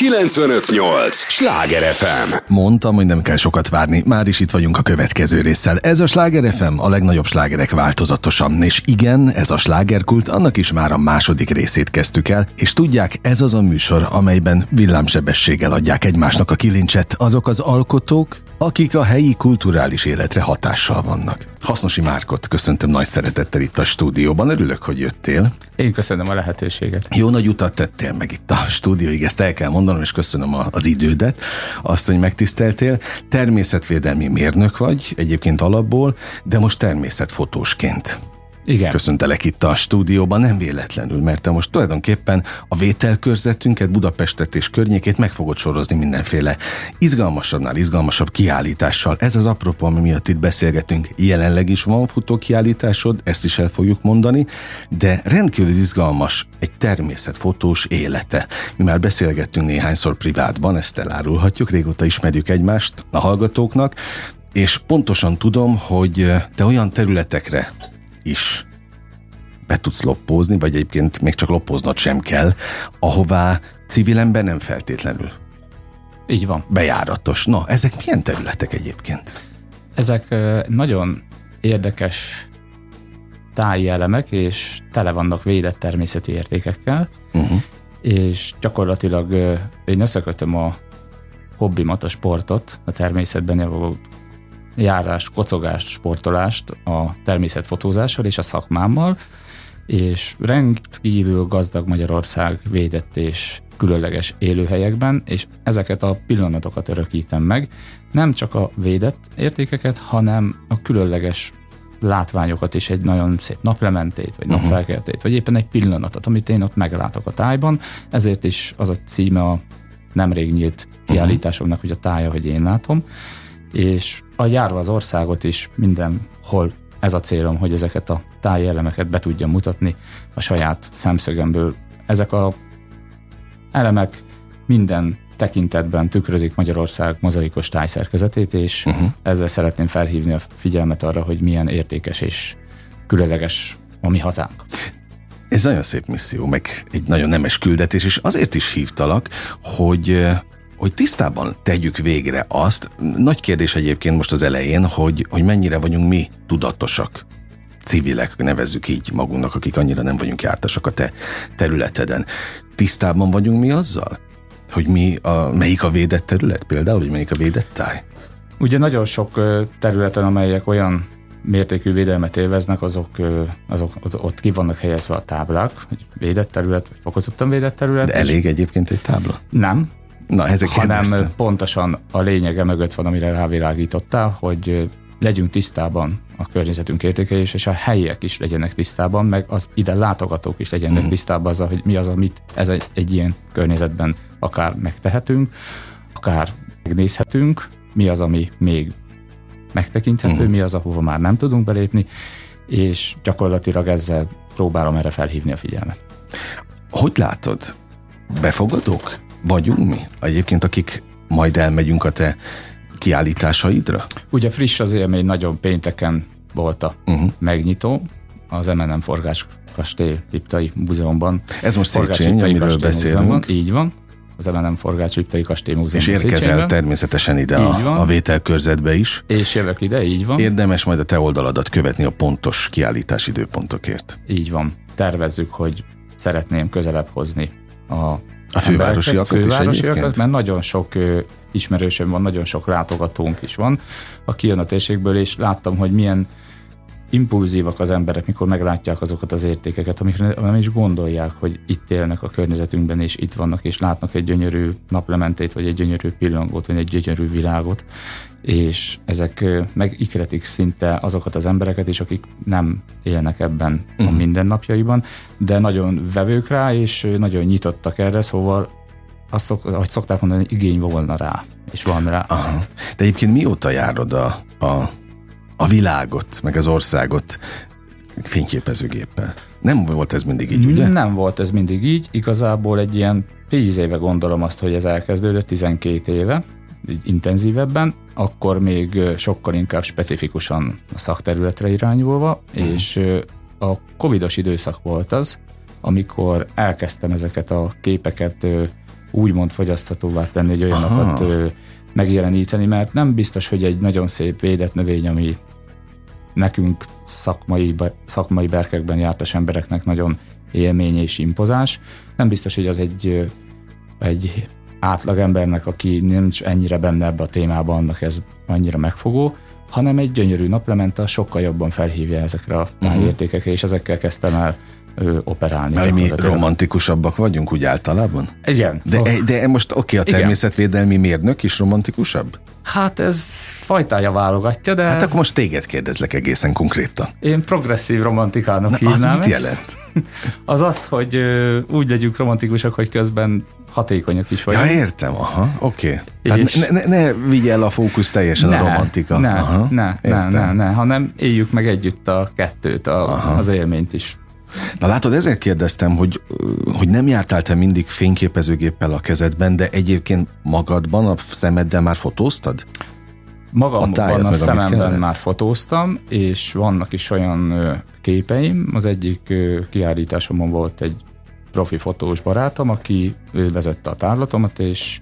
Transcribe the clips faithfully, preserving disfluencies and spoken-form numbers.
kilencvenöt nyolc Sláger ef em. Mondtam, hogy nem kell sokat várni, már is itt vagyunk a következő résszel. Ez a Sláger ef em, a legnagyobb slágerek változatosan. És igen, ez a slágerkult, annak is már a második részét kezdtük el, és tudják, ez az a műsor, amelyben villámsebességgel adják egymásnak a kilincset azok az alkotók, akik a helyi kulturális életre hatással vannak. Hasznosi Márkot köszöntöm nagy szeretettel itt a stúdióban, örülök, hogy jöttél. Én köszönöm a lehetőséget. Jó nagy utat tettél meg itt a stúdióig, ezt el kell mondanom, és köszönöm az idődet, azt, hogy megtiszteltél. Természetvédelmi mérnök vagy, egyébként alapból, de most természetfotósként. Igen. Köszöntelek itt a stúdióban, nem véletlenül, mert te most tulajdonképpen a vételkörzetünket, Budapestet és környékét meg fogod sorozni mindenféle izgalmasabbnál izgalmasabb kiállítással. Ez az apropó, ami miatt itt beszélgetünk. Jelenleg is van futókiállításod, ezt is el fogjuk mondani, de rendkívül izgalmas egy természetfotós élete. Mi már beszélgettünk néhányszor privátban, ezt elárulhatjuk, régóta ismerjük egymást a hallgatóknak, és pontosan tudom, hogy te olyan területekre is be tudsz loppózni, vagy egyébként még csak loppóznod sem kell, ahová civil ember nem feltétlenül. Így van. Bejáratos. Na, ezek milyen területek egyébként? Ezek nagyon érdekes táji elemek, és tele vannak védett természeti értékekkel, uh-huh. és gyakorlatilag én összekötöm a hobbimat, a sportot, a természetben a járást, kocogást, sportolást a természetfotózással és a szakmámmal, és rendkívül gazdag Magyarország védett és különleges élőhelyekben, és ezeket a pillanatokat örökítem meg, nem csak a védett értékeket, hanem a különleges látványokat is, egy nagyon szép naplementét, vagy uh-huh. napfelkeltét, vagy éppen egy pillanatot, amit én ott meglátok a tájban, ezért is az a címe a nemrég nyílt kiállításomnak, hogy a tája, hogy én látom, és a járva az országot is mindenhol ez a célom, hogy ezeket a táji elemeket be tudjam mutatni a saját szemszögemből. Ezek a elemek minden tekintetben tükrözik Magyarország mozaikos tájszerkezetét, és uh-huh. ezzel szeretném felhívni a figyelmet arra, hogy milyen értékes és különleges a mi hazánk. Ez nagyon szép misszió, meg egy nagyon nemes küldetés, és azért is hívtalak, hogy hogy tisztában tegyük végre azt, nagy kérdés egyébként most az elején, hogy, hogy mennyire vagyunk mi tudatosak, civilek, nevezzük így magunknak, akik annyira nem vagyunk jártasak a te területeden. Tisztában vagyunk mi azzal, hogy mi a, melyik a védett terület például, hogy melyik a védett táj? Ugye nagyon sok területen, amelyek olyan mértékű védelmet élveznek, azok, azok ott ki vannak helyezve a táblák, hogy védett terület, vagy fokozottan védett terület. De elég egyébként egy tábla? Nem. Na, ezek hanem kérdeztem. Pontosan a lényege mögött van, amire rávilágítottál, hogy legyünk tisztában a környezetünk értékei, és a helyiek is legyenek tisztában, meg az ide látogatók is legyenek mm. tisztában azzal, hogy mi az, amit ez egy, egy ilyen környezetben akár megtehetünk, akár megnézhetünk, mi az, ami még megtekinthető, mm. mi az, ahova már nem tudunk belépni, és gyakorlatilag ezzel próbálom erre felhívni a figyelmet. Hogy látod? Befogadók vagyunk mi? Egyébként, akik majd elmegyünk a te kiállításaidra? Ugye friss az élmény, nagyon pénteken volt a uh-huh. megnyitó, az em en em Forgács Kastély Liptai Múzeumban. Ez most Széchenyi, amiről beszélünk. Így van, az em en em Forgács Liptai Kastély Múzeumban. És érkezel természetesen ide a, a vételkörzetbe is. És jövök ide, így van. Érdemes majd a te oldaladat követni a pontos kiállítás időpontokért. Így van. Tervezzük, hogy szeretném közelebb hozni a A fővárosiakat is egyébként? Mert nagyon sok ö, ismerősöm van, nagyon sok látogatónk is van, aki jön a térségből, és láttam, hogy milyen impulzívak az emberek, mikor meglátják azokat az értékeket, amikre nem is gondolják, hogy itt élnek a környezetünkben, és itt vannak, és látnak egy gyönyörű naplementét, vagy egy gyönyörű pillangót, vagy egy gyönyörű világot, és ezek megikletik szinte azokat az embereket is, akik nem élnek ebben uh-huh. a mindennapjaiban, de nagyon vevők rá, és nagyon nyitottak erre, szóval azt szok, ahogy szokták mondani, igény volna rá, és van rá. Aha. De egyébként mióta járod a, a, a világot, meg az országot fényképezőgéppel? Nem volt ez mindig így, ugye? Nem volt ez mindig így, igazából egy ilyen tíz éve gondolom azt, hogy ez elkezdődött, tizenkét éve, így intenzívebben, akkor még sokkal inkább specifikusan a szakterületre irányulva, uh-huh. és a covidos időszak volt az, amikor elkezdtem ezeket a képeket úgymond fogyaszthatóvá tenni, hogy olyanokat ö, megjeleníteni, mert nem biztos, hogy egy nagyon szép védett növény, ami nekünk szakmai, szakmai berkekben jártas embereknek nagyon élmény és impozás, nem biztos, hogy az egy, egy átlag embernek, aki nincs ennyire benne ebbe a témában, annak ez annyira megfogó, hanem egy gyönyörű naplementa sokkal jobban felhívja ezekre a tájértékekre, és ezekkel kezdtem el ö, operálni. Mert mi romantikusabbak vagyunk úgy általában? Igen. De, oh. de most oké, okay, a természetvédelmi mérnök is romantikusabb? Hát ez fajtája válogatja, de... Hát akkor most téged kérdezlek egészen konkrétan. Én progresszív romantikának hívnám ezt. Az mit ezt. jelent? Az azt, hogy ö, úgy legyünk romantikusak, hogy közben hatékonyak is vagyunk. Ja, értem, aha, oké. Okay. Tehát ne, ne, ne vigye el a fókusz teljesen ne, a romantika. Ne, aha, ne, ne, ne, ne, hanem éljük meg együtt a kettőt, a, az élményt is. Na látod, ezért kérdeztem, hogy, hogy nem jártál te mindig fényképezőgéppel a kezedben, de egyébként magadban, a szemeddel már fotóztad? Magamban, a, tájat, a szememben már fotóztam, és vannak is olyan képeim. Az egyik kiállításomon volt egy profi fotós barátom, aki ő vezette a tárlatomat, és,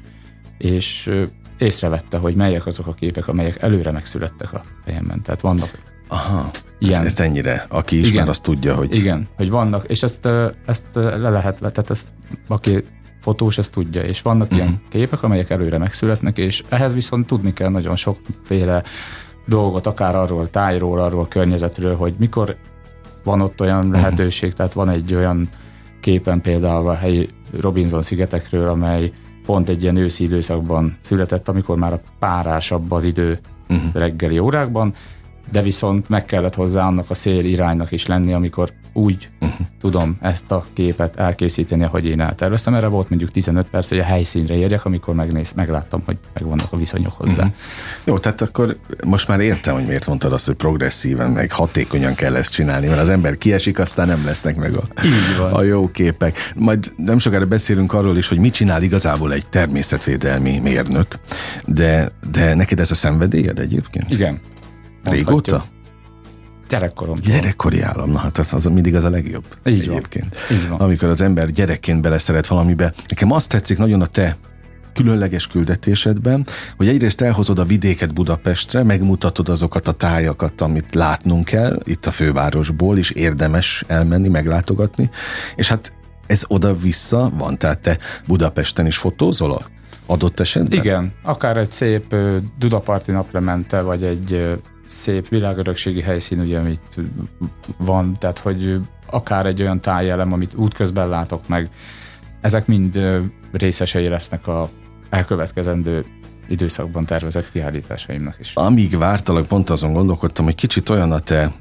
és észrevette, hogy melyek azok a képek, amelyek előre megszülettek a fejemben. Tehát vannak Aha, ilyen. Ezt ennyire, aki ismer, igen, azt tudja, hogy... Igen, hogy vannak, és ezt, ezt le lehet, tehát ezt, aki fotós, ezt tudja, és vannak uh-huh. ilyen képek, amelyek előre megszületnek, és ehhez viszont tudni kell nagyon sokféle dolgot, akár arról a tájról, arról a környezetről, hogy mikor van ott olyan uh-huh. lehetőség, tehát van egy olyan képen például a helyi Robinson szigetekről, amely pont egy ilyen őszi időszakban született, amikor már a párásabb az idő uh-huh. reggeli órákban, de viszont meg kellett hozzá annak a szél iránynak is lenni, amikor úgy uh-huh. tudom ezt a képet elkészíteni, ahogy én elterveztem. Erre volt mondjuk tizenöt perc, hogy a helyszínre érjek, amikor megnéz, megláttam, hogy megvannak a viszonyok hozzá. Uh-huh. Jó, tehát akkor most már értem, hogy miért mondtad azt, hogy progresszíven, meg hatékonyan kell ezt csinálni, mert az ember kiesik, aztán nem lesznek meg a, a jó képek. Majd nem sokára beszélünk arról is, hogy mit csinál igazából egy természetvédelmi mérnök, de, de neked ez a szenvedélyed egyébként? Igen. Régóta? Gyerekkoromtól. Gyerekkori állam, na hát az, az mindig az a legjobb. Így egyébként. Van. Így van. Amikor az ember gyerekként beleszeret valamibe. Nekem azt tetszik nagyon a te különleges küldetésedben, hogy egyrészt elhozod a vidéket Budapestre, megmutatod azokat a tájakat, amit látnunk kell itt a fővárosból, és érdemes elmenni, meglátogatni, és hát ez oda-vissza van, tehát te Budapesten is fotózol adott esetben? Igen, akár egy szép uh, Dudaparti naplemente, vagy egy uh, szép világörökségi helyszín, ugye, amit van, tehát hogy akár egy olyan tájelem, amit útközben látok meg, ezek mind uh, részesei lesznek a elkövetkezendő időszakban tervezett kiállításaimnak is. Amíg vártalak, pont azon gondolkodtam, hogy kicsit olyan a te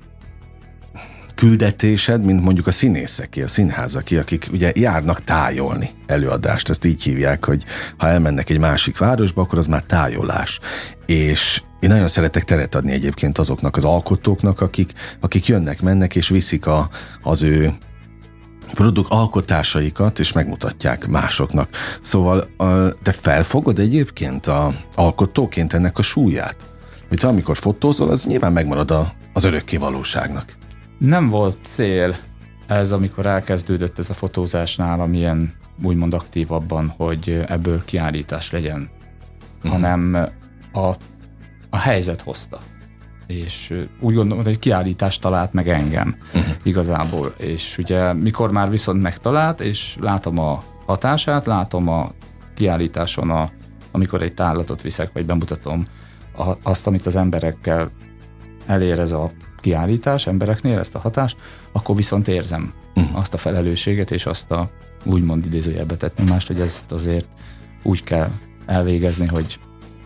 küldetésed, mint mondjuk a színészeké, a színházaké, akik ugye járnak tájolni előadást, ezt így hívják, hogy ha elmennek egy másik városba, akkor az már tájolás. És én nagyon szeretek teret adni egyébként azoknak az alkotóknak, akik, akik jönnek, mennek, és viszik a, az ő produkt alkotásaikat, és megmutatják másoknak. Szóval te felfogod egyébként a alkotóként ennek a súlyát? Hogy amikor fotózol, az nyilván megmarad a, az örökké valóságnak. Nem volt cél ez, amikor elkezdődött ez a fotózás nálam ilyen úgymond aktívabban, hogy ebből kiállítás legyen, uh-huh. hanem a, a helyzet hozta. És úgy gondolom, hogy kiállítást talált meg engem uh-huh. igazából. És ugye mikor már viszont megtalált, és látom a hatását, látom a kiállításon, a, amikor egy tárlatot viszek, vagy bemutatom a, azt, amit az emberekkel elér ez a kiállítás, embereknél ezt a hatást, akkor viszont érzem uh-huh. azt a felelősséget, és azt a úgymond idézőjelbe tett nyomást, hogy ezt azért úgy kell elvégezni, hogy,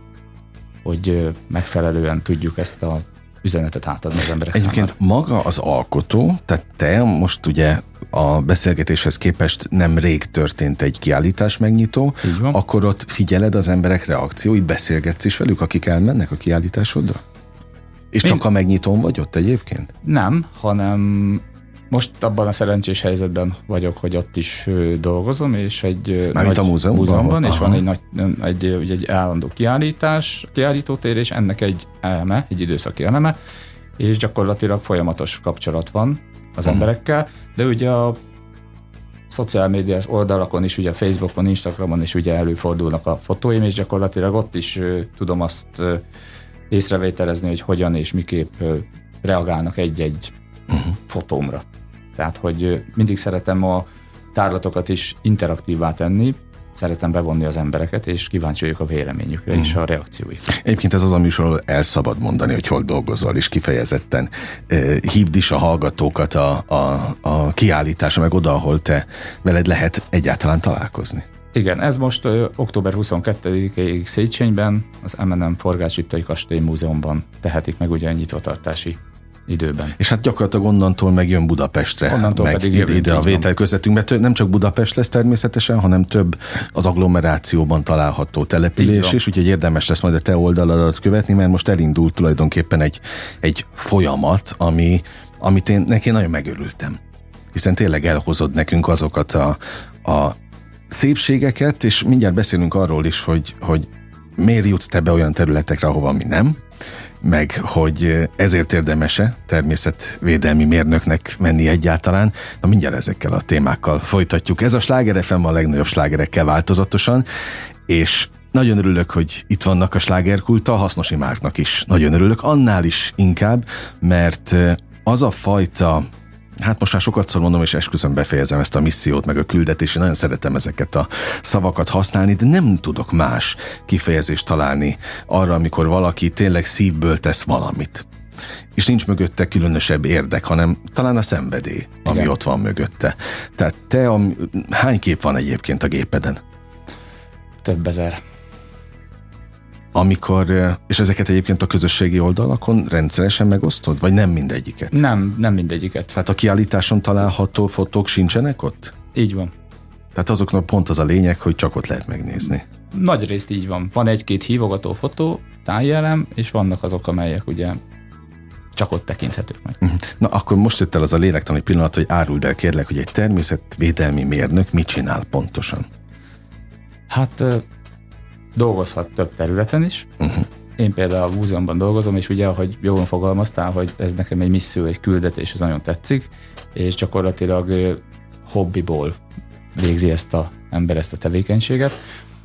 hogy megfelelően tudjuk ezt a üzenetet átadni az emberek Egyébként számára. Maga az alkotó, tehát te most ugye a beszélgetéshez képest nem rég történt egy kiállítás megnyitó, akkor ott figyeled az emberek reakcióit, beszélgetsz is velük, akik elmennek a kiállításodra? És csak Én... a megnyitón vagy ott egyébként? Nem, hanem most abban a szerencsés helyzetben vagyok, hogy ott is dolgozom, és egy Már nagy a múzeumban, múzeumban és van egy, nagy, egy, egy, egy állandó kiállítás, kiállítótér, és ennek egy eleme, egy időszaki eleme, és gyakorlatilag folyamatos kapcsolat van az uh-huh. emberekkel, de ugye a szociál médiás oldalakon is, ugye Facebookon, Instagramon is ugye előfordulnak a fotóim, és gyakorlatilag ott is uh, tudom azt uh, észrevételezni, hogy hogyan és miképp uh, reagálnak egy-egy uh-huh. fotómra. Tehát, hogy uh, mindig szeretem a tárlatokat is interaktívvá tenni, szeretem bevonni az embereket, és kíváncsi vagyok a véleményükre mm. és a reakcióikra. Egyébként ez az a műsorról el szabad mondani, hogy hol dolgozol, és kifejezetten eh, hívd is a hallgatókat a, a, a kiállításra, meg oda, ahol te veled lehet egyáltalán találkozni. Igen, ez most ö, október huszonkettedikéig Széchenyben, az em en em Forgács-Liptai Kastély Múzeumban tehetik meg ugye a nyitvatartási időben. És hát gyakorlatilag onnantól meg jön Budapestre, onnantól meg pedig ide, ide a vételközletünkbe. Nem csak Budapest lesz természetesen, hanem több az agglomerációban található település is, úgyhogy érdemes lesz majd a te oldaladat követni, mert most elindult tulajdonképpen egy, egy folyamat, ami, amit én neki nagyon megörültem. Hiszen tényleg elhozod nekünk azokat a, a szépségeket, és mindjárt beszélünk arról is, hogy, hogy miért jutsz te be olyan területekre, ahova mi nem, meg hogy ezért érdemes-e természetvédelmi mérnöknek menni egyáltalán. Na mindjárt ezekkel a témákkal folytatjuk. Ez a Sláger ef em a legnagyobb slágerekkel változatosan, és nagyon örülök, hogy itt vannak a slágerkulttal, Hasznosi Márknak is nagyon örülök, annál is inkább, mert az a fajta, hát most már sokat szor mondom, és esküszöm befejezem ezt a missziót, meg a küldetést, én nagyon szeretem ezeket a szavakat használni, de nem tudok más kifejezést találni arra, amikor valaki tényleg szívből tesz valamit. És nincs mögötte különösebb érdek, hanem talán a szenvedély, ami igen. ott van mögötte. Tehát te, a, hány kép van egyébként a gépeden? Több ezer. Amikor, és ezeket egyébként a közösségi oldalakon rendszeresen megosztod? Vagy nem mindegyiket? Nem, nem mindegyiket. Tehát a kiállításon található fotók sincsenek ott? Így van. Tehát azoknak pont az a lényeg, hogy csak ott lehet megnézni. Nagy részt így van. Van egy-két hívogató fotó, tájjelem, és vannak azok, amelyek ugye csak ott tekinthetők meg. Na akkor most jött el az a lélektani pillanat, hogy áruld el kérlek, hogy egy természetvédelmi mérnök mit csinál pontosan? Hát dolgozhat több területen is. Uh-huh. Én például a múzeumban dolgozom, és ugye, ahogy jól fogalmaztál, hogy ez nekem egy misszió, egy küldetés, ez nagyon tetszik, és gyakorlatilag hobbiból végzi ezt a ember ezt a tevékenységet.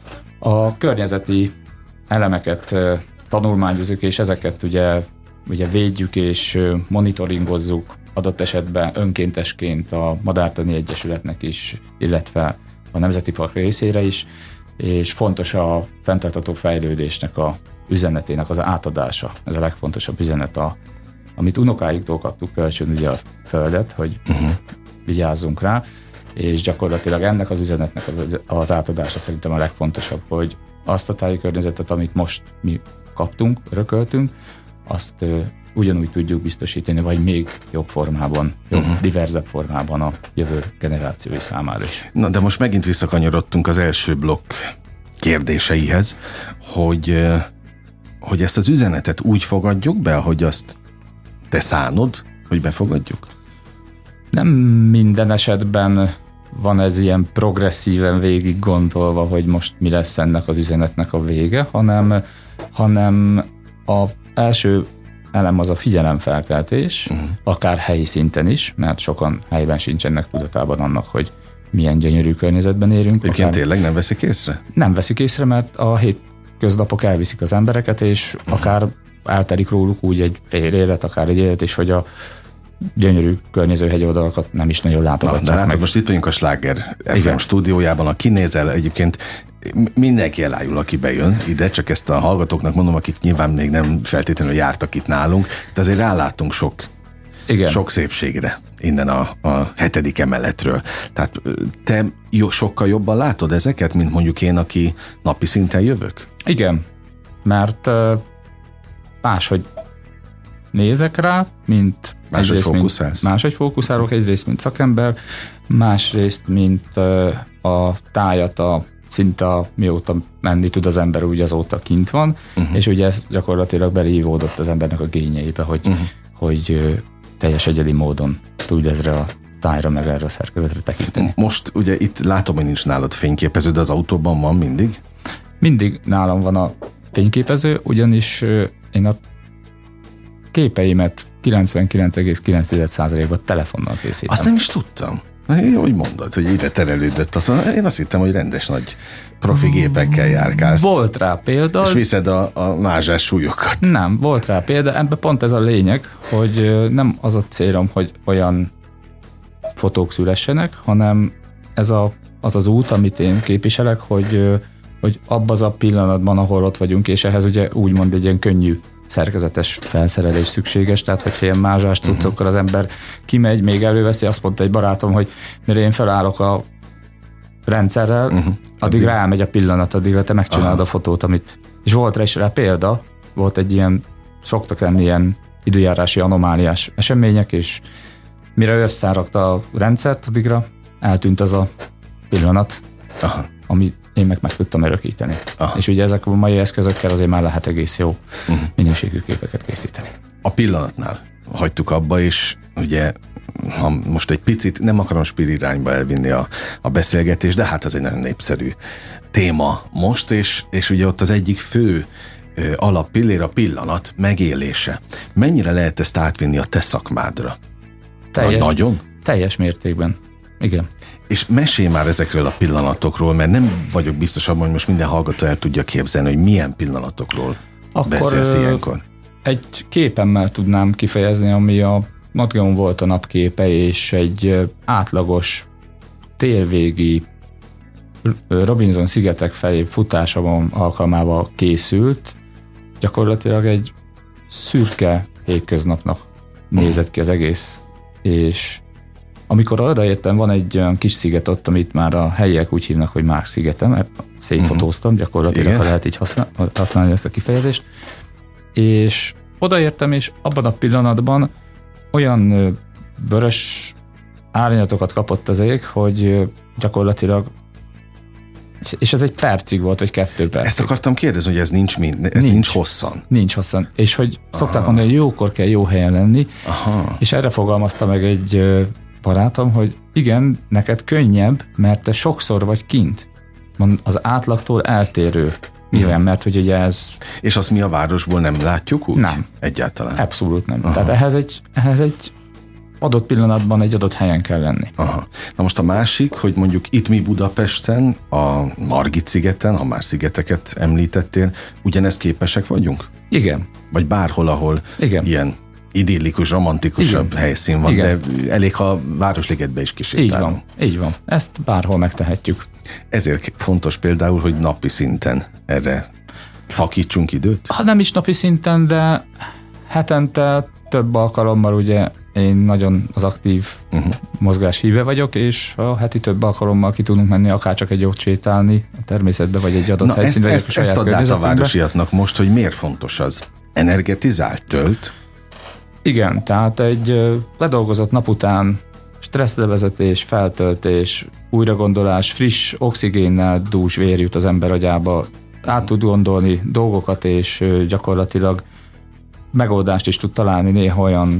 A környezeti elemeket tanulmányozunk, és ezeket ugye, ugye védjük és monitoringozzuk adott esetben önkéntesként a Madártani Egyesületnek is, illetve a Nemzeti Park részére is, és fontos a fenntartható fejlődésnek a üzenetének az átadása. Ez a legfontosabb üzenet, a, amit unokáiktól kaptuk kölcsön ugye a földet, hogy uh-huh. vigyázzunk rá, és gyakorlatilag ennek az üzenetnek az, az átadása szerintem a legfontosabb, hogy azt a táji környezetet, amit most mi kaptunk, örököltünk, azt ö, ugyanúgy tudjuk biztosítani, vagy még jobb formában, jobb, uh-huh. diverzebb formában a jövő generációi számára is. Na, de most megint visszakanyarodtunk az első blokk kérdéseihez, hogy, hogy ezt az üzenetet úgy fogadjuk be, ahogy azt te szánod, hogy befogadjuk? Nem minden esetben van ez ilyen progresszíven végig gondolva, hogy most mi lesz ennek az üzenetnek a vége, hanem, hanem az első elem az a figyelemfelkeltés, uh-huh. akár helyi szinten is, mert sokan helyben sincsenek tudatában annak, hogy milyen gyönyörű környezetben érünk. Egyébként tényleg nem veszik észre? Nem veszik észre, mert a hétköznapok elviszik az embereket, és uh-huh. akár elterik róluk úgy egy fél élet, akár egy élet is, hogy a gyönyörű környező hegyoldalakat nem is nagyon látogatják. Na, de látod, most itt vagyunk a Sláger ef em stúdiójában, a kinézel, egyébként mindenki elájul, aki bejön ide, csak ezt a hallgatóknak mondom, akik nyilván még nem feltétlenül jártak itt nálunk, de azért rálátunk sok, igen. sok szépségre innen a, a hetedik emeletről. Tehát te jó, sokkal jobban látod ezeket, mint mondjuk én, aki napi szinten jövök? Igen, mert uh, máshogy nézek rá, mint máshogy fókuszálsz. Máshogy fókuszálok egyrészt, mint szakember, másrészt, mint uh, a tájat, a szinte a, mióta menni tud az ember, úgy azóta kint van, uh-huh. és ugye ez gyakorlatilag belehívódott az embernek a gényeibe, hogy, uh-huh. hogy uh, teljes egyedi módon tud ezre a tájra, meg erre a szerkezetre tekinteni. Most ugye itt látom, hogy nincs nálad fényképező, de az autóban van mindig? Mindig nálam van a fényképező, ugyanis uh, én a képeimet kilencvenkilenc egész kilenc százalékban telefonnal készítem. Azt nem is tudtam. Hogy mondod, hogy ide terelődött, azt mondja, én azt hittem, hogy rendes nagy profi gépekkel járkálsz. Volt rá példa. És viszed a, a mázsás súlyokat. Nem, volt rá példa, ebben pont ez a lényeg, hogy nem az a célom, hogy olyan fotók szülessenek, hanem ez a, az az út, amit én képviselek, hogy, hogy abban az a pillanatban, ahol ott vagyunk, és ehhez ugye úgymond egy ilyen könnyű szerkezetes felszerelés szükséges, tehát hogyha ilyen mázsás cuccokkal az ember kimegy, még előveszi, azt mondta egy barátom, hogy mire én felállok a rendszerrel, uh-huh. addig, addig rámegy a pillanat, addig te megcsinálod Aha. a fotót, amit... És volt rá is rá példa, volt egy ilyen, szoktak lenni ilyen időjárási anomáliás események, és mire összerakta a rendszert, addigra eltűnt az a pillanat, Aha. amit én meg meg tudtam örökíteni. Aha. És ugye ezek a mai eszközökkel azért már lehet egész jó uh-huh. minőségű képeket készíteni. A pillanatnál hagytuk abba, és ugye ha most egy picit nem akarom spiri irányba elvinni a, a beszélgetést, de hát ez egy nagyon népszerű téma most, és, és ugye ott az egyik fő ö, alappillér a pillanat megélése. Mennyire lehet ezt átvinni a te szakmádra? Teljes, Nagyon? Teljes mértékben. Igen. És mesélj már ezekről a pillanatokról, mert nem vagyok biztos abban, hogy most minden hallgató el tudja képzelni, hogy milyen pillanatokról Akkor beszélsz ilyenkor. Egy képemmel tudnám kifejezni, ami a Notgeon volt a napképe, és egy átlagos télvégi Robinson szigetek felé futásában alkalmával készült. Gyakorlatilag egy szürke hétköznapnak nézett ki az egész, és amikor odaértem, van egy olyan kis sziget ott, amit már a helyiek úgy hívnak, hogy Márk szigetem, mert szétfotóztam, gyakorlatilag, ha lehet így használ, használni ezt a kifejezést. És odaértem, és abban a pillanatban olyan vörös árnyatokat kapott az ég, hogy gyakorlatilag, és ez egy percig volt, vagy kettő percig. Ezt akartam kérdezni, hogy ez nincs, mind, ez nincs, nincs hosszan. Nincs hosszan. És hogy Aha. szokták mondani, hogy jókor kell jó helyen lenni, Aha. és erre fogalmazta meg egy barátom, hogy igen, neked könnyebb, mert te sokszor vagy kint. Az átlagtól eltérő. Igen, mert hogy ugye ez... És azt mi a városból nem látjuk úgy? Nem. Egyáltalán? Abszolút nem. Aha. Tehát ehhez egy, ehhez egy adott pillanatban egy adott helyen kell lenni. Aha. Na most a másik, hogy mondjuk itt mi Budapesten, a Margit-szigeten, ha már szigeteket említettél, ugyanezt képesek vagyunk? Igen. Vagy bárhol, ahol Igen. ilyen idillikus, romantikusabb Igen. helyszín van, Igen. de elég, ha Városligetbe is kisétálunk. Így van, így van. Ezt bárhol megtehetjük. Ezért fontos például, hogy napi szinten erre szakítsunk időt? Ha nem is napi szinten, de hetente több alkalommal ugye én nagyon az aktív uh-huh. mozgás híve vagyok, és a heti több alkalommal ki tudunk menni, akár csak egy jót sétálni a természetbe, vagy egy adott helyszínre. Ezt, ezt, ezt add át a városiatnak most, hogy miért fontos az? Energetizált, tölt? Igen, tehát egy ledolgozott nap után stresszlevezetés, feltöltés, újragondolás, friss oxigénnel dús vér jut az ember agyába, át tud gondolni dolgokat, és gyakorlatilag megoldást is tud találni néha olyan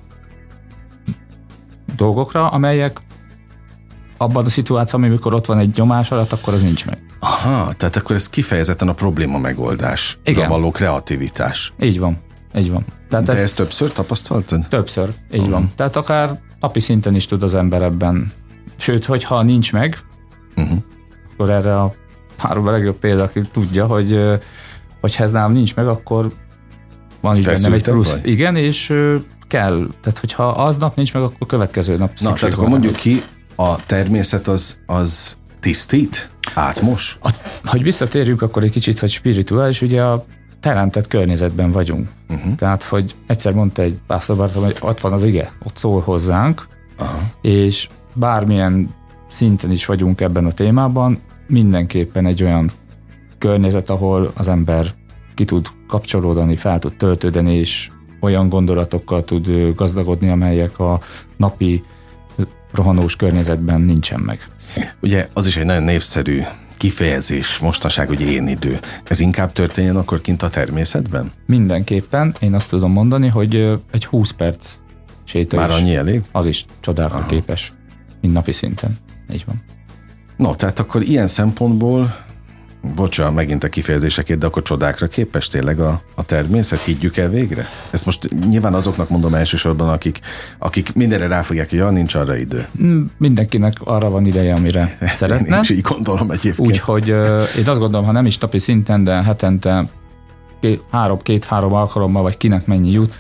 dolgokra, amelyek abban a szituációban, amikor ott van egy nyomás alatt, akkor az nincs meg. Aha, tehát akkor ez kifejezetten a probléma megoldás, a való kreativitás. Így van, így van. Tehát De ezt, ezt többször tapasztaltad? Többször, így uh-huh. van. Tehát akár napi szinten is tud az ember ebben. Sőt, hogyha nincs meg, uh-huh. akkor erre a három a legjobb példa, aki tudja, hogy hogyha ez nálam nincs meg, akkor van így bennem egy plusz. Vagy? Igen, és kell. Tehát, hogyha aznap nincs meg, akkor következő nap Na, tehát akkor mondjuk ki, a természet az, az tisztít? Átmos? A, hogy visszatérjünk akkor egy kicsit, hogy spirituális, ugye a teremtett környezetben vagyunk. Uh-huh. Tehát, hogy egyszer mondta egy pásztorbarátom, hogy ott van az ige, ott szól hozzánk, Aha. és bármilyen szinten is vagyunk ebben a témában, mindenképpen egy olyan környezet, ahol az ember ki tud kapcsolódani, fel tud töltődni, és olyan gondolatokkal tud gazdagodni, amelyek a napi rohanós környezetben nincsen meg. Ugye az is egy nagyon népszerű kifejezés mostanság, hogy én idő. Ez inkább történjen akkor kint a természetben? Mindenképpen. Én azt tudom mondani, hogy egy húsz perc séta Már is, annyi elég? Az is csodákra Aha. képes, mint napi szinten. Így van. No, tehát akkor ilyen szempontból Bocsa, megint a kifejezésekért, de akkor csodákra képes tényleg a, a természet? Higgyük el végre? Ezt most nyilván azoknak mondom elsősorban, akik, akik mindenre ráfogják, hogy ja, nincs arra idő. Mindenkinek arra van ideje, amire Ezt szeretne. Én is így gondolom egyébként. Úgyhogy én azt gondolom, ha nem is napi szinten, de hetente három, két-három alkalommal, vagy kinek mennyi jut,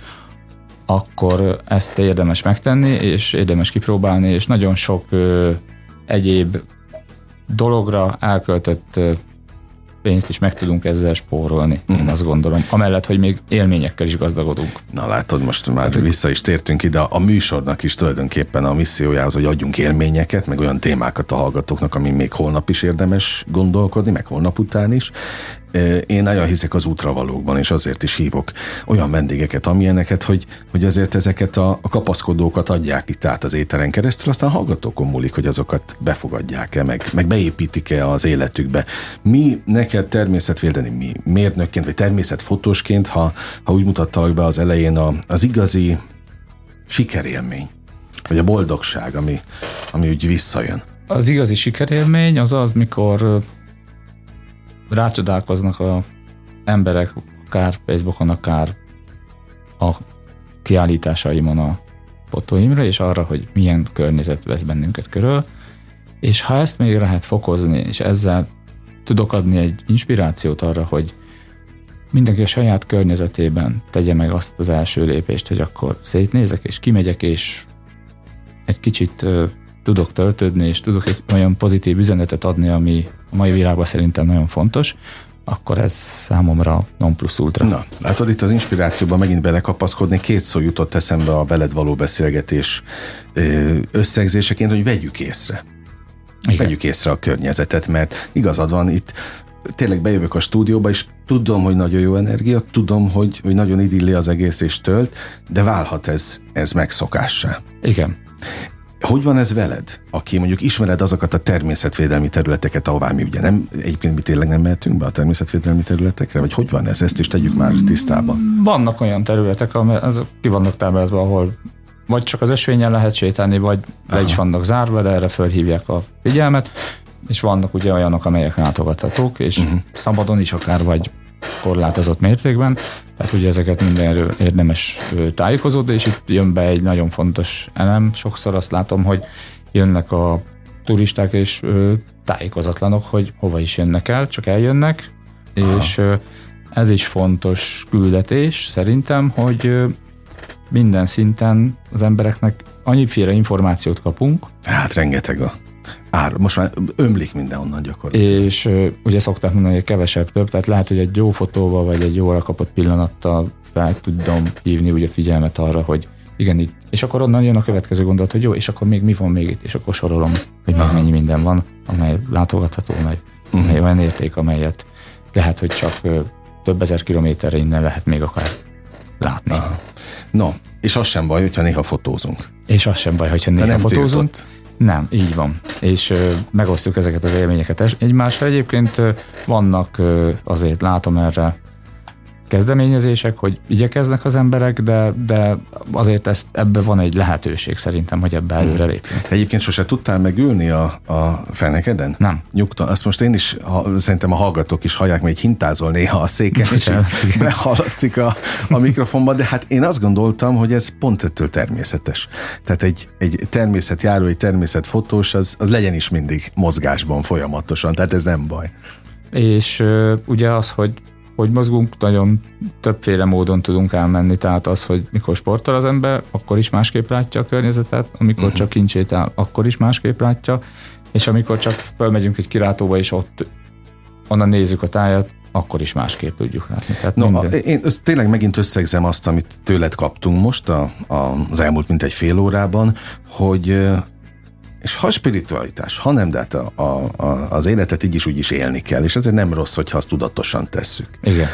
akkor ezt érdemes megtenni, és érdemes kipróbálni, és nagyon sok ö, egyéb dologra elköltött ö, pénzt is meg tudunk ezzel spórolni, uh-huh. én azt gondolom. Amellett, hogy még élményekkel is gazdagodunk. Na látod, most már hát, vissza is tértünk ide. A műsornak is tulajdonképpen a missziójához, hogy adjunk élményeket, meg olyan témákat a hallgatóknak, ami még holnap is érdemes gondolkodni, meg holnap után is. Én nagyon hiszek az útravalókban, és azért is hívok olyan vendégeket, amilyeneket, hogy, hogy azért ezeket a, a kapaszkodókat adják itt át az éteren keresztül, aztán hallgatókon múlik, hogy azokat befogadják-e, meg, meg beépítik-e az életükbe. Mi neked természetvédelmi mi mérnökként, vagy természetfotósként, ha, ha úgy mutattalak be az elején a, az igazi sikerélmény, vagy a boldogság, ami, ami úgy visszajön. Az igazi sikerélmény az az, mikor rácsodálkoznak az emberek, akár Facebookon, akár a kiállításaimon a fotóimra, és arra, hogy milyen környezet vesz bennünket körül, és ha ezt még lehet fokozni, és ezzel tudok adni egy inspirációt arra, hogy mindenki a saját környezetében tegye meg azt az első lépést, hogy akkor szétnézek, és kimegyek, és egy kicsit uh, tudok töltődni, és tudok egy olyan pozitív üzenetet adni, ami a mai világban szerintem nagyon fontos, akkor ez számomra non plus ultra. Na, látod, itt az inspirációban megint belekapaszkodni, két szó jutott eszembe a veled való beszélgetés összegzéseként, hogy vegyük észre. Igen. Vegyük észre a környezetet, mert igazad van, itt tényleg bejövök a stúdióba, és tudom, hogy nagyon jó energia, tudom, hogy, hogy nagyon idilli az egész és tölt, de válhat ez, ez megszokássá. Igen. Hogy van ez veled, aki mondjuk ismered azokat a természetvédelmi területeket, ahová mi ugye nem, egyébként mi tényleg nem mehetünk be a természetvédelmi területekre, vagy hogy van ez? Ezt is tegyük már tisztában. Vannak olyan területek, azok ki vannak táblázva, ahol vagy csak az ösvényen lehet sétálni, vagy le is vannak zárva, de erre fölhívják a figyelmet, és vannak ugye olyanok, amelyek látogathatók, és uh-huh. szabadon is akár, vagy korlátozott mértékben, tehát ugye ezeket mindenről érdemes tájékozódni, és itt jön be egy nagyon fontos elem. Sokszor azt látom, hogy jönnek a turisták, és tájékozatlanok, hogy hova is jönnek el, csak eljönnek, aha. és ez is fontos küldetés szerintem, hogy minden szinten az embereknek annyiféle információt kapunk. Hát rengeteg a ár, most már ömlik mindenhonnan gyakorlatilag. És uh, ugye szokták mondani, hogy kevesebb több, tehát lehet, hogy egy jó fotóval, vagy egy jól kapott pillanattal fel tudom hívni ugye figyelmet arra, hogy igen, itt, és akkor onnan jön a következő gondolat, hogy jó, és akkor még mi van még itt, és akkor sorolom, hogy még mennyi minden van, amely látogatható, amely, uh-huh. amely olyan érték, amelyet lehet, hogy csak uh, több ezer kilométerre innen lehet még akár látni. Aha. No, és az sem baj, hogyha néha fotózunk. És az sem baj, hogyha néha nem fotózunk. Tiltott. Nem, így van. És ö, megosztjuk ezeket az élményeket egymásra. Egyébként ö, vannak ö, azért látom erre kezdeményezések, hogy igyekeznek az emberek, de, de azért ezt, ebbe van egy lehetőség szerintem, hogy ebbe előre lépjünk. Egyébként sose tudtál megülni a, a fenekeden? Nem. Nyugtan. Azt most én is, ha, szerintem a hallgatók is hallják, mert hintázol néha a széken, és behallatszik a, a mikrofonba, de hát én azt gondoltam, hogy ez pont ettől természetes. Tehát egy, egy természetjáró, egy természetfotós, az, az legyen is mindig mozgásban folyamatosan, tehát ez nem baj. És ö, ugye az, hogy hogy mozgunk, nagyon többféle módon tudunk elmenni, tehát az, hogy mikor sportol az ember, akkor is másképp látja a környezetet, amikor uh-huh. csak kincsétál, akkor is másképp látja, és amikor csak fölmegyünk egy kilátóba, és ott onnan nézzük a tájat, akkor is másképp tudjuk látni. Tehát no, minden... Én tényleg megint összegzem azt, amit tőled kaptunk most a, a, az elmúlt mintegy fél órában, hogy és ha spiritualitás, ha nem, de hát a, a, a, az életet így is úgy is élni kell, és ezért nem rossz, hogyha azt tudatosan tesszük. Igen.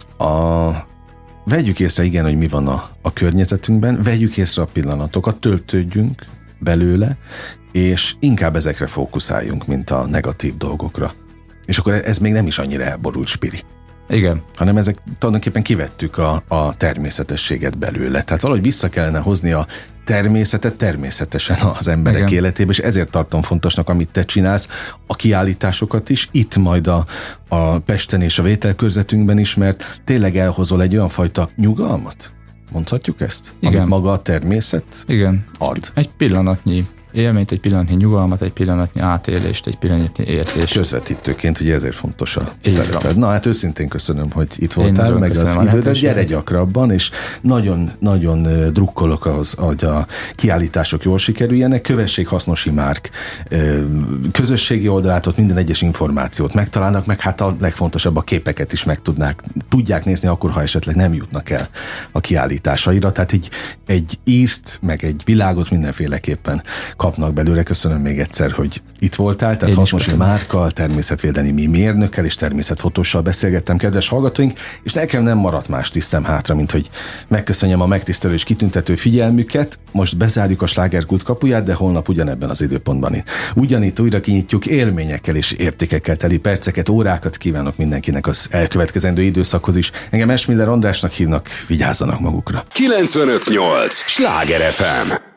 A, vegyük észre, igen, hogy mi van a, a környezetünkben, vegyük észre a pillanatokat, töltődjünk belőle, és inkább ezekre fókuszáljunk, mint a negatív dolgokra. És akkor ez még nem is annyira elborult spiri. Igen. Hanem ezek tulajdonképpen kivettük a, a természetességet belőle. Tehát valahogy vissza kellene hozni a természetet természetesen az emberek Igen. életébe, és ezért tartom fontosnak, amit te csinálsz, a kiállításokat is, itt majd a, a Pesten és a vételkörzetünkben is, mert tényleg elhozol egy olyan fajta nyugalmat? Mondhatjuk ezt? Igen. Amit maga a természet Igen. ad. Egy pillanatnyi élményt, egy pillanatnyi nyugalmat, egy pillanatnyi átélést, egy pillanatnyi érzést. Közvetítőként, ugye ezért fontos a Így szereped. van. Na hát őszintén köszönöm, hogy itt voltál, meg az idődet, gyere gyakrabban, és nagyon-nagyon drukkolok ahhoz, hogy a kiállítások jól sikerüljenek, kövessék Hasznosi Márk közösségi oldalát, ott minden egyes információt megtalálnak, meg hát a legfontosabb, a képeket is meg tudnák, tudják nézni akkor, ha esetleg nem jutnak el a kiállításaira, tehát egy, egy ízt, meg egy világot mindenféleképpen kapnak belőle. Köszönöm még egyszer, hogy itt voltál, tehát Hasznosi Márkkal, természetvédelmi mérnökkel és természetfotóssal beszélgettem, kedves hallgatóink, és nekem nem maradt más tisztem hátra, mint hogy megköszönjem a megtisztelő és kitüntető figyelmüket. Most bezárjuk a Slágerkult kapuját, de holnap ugyanebben az időpontban itt. Ugyanitt újra kinyitjuk, élményekkel és értékekkel teli perceket, órákat kívánok mindenkinek az elkövetkezendő időszakhoz is. Engem Esmiller Andrásnak hívnak, vigyázzanak magukra. kilencvenöt nyolc Sláger ef em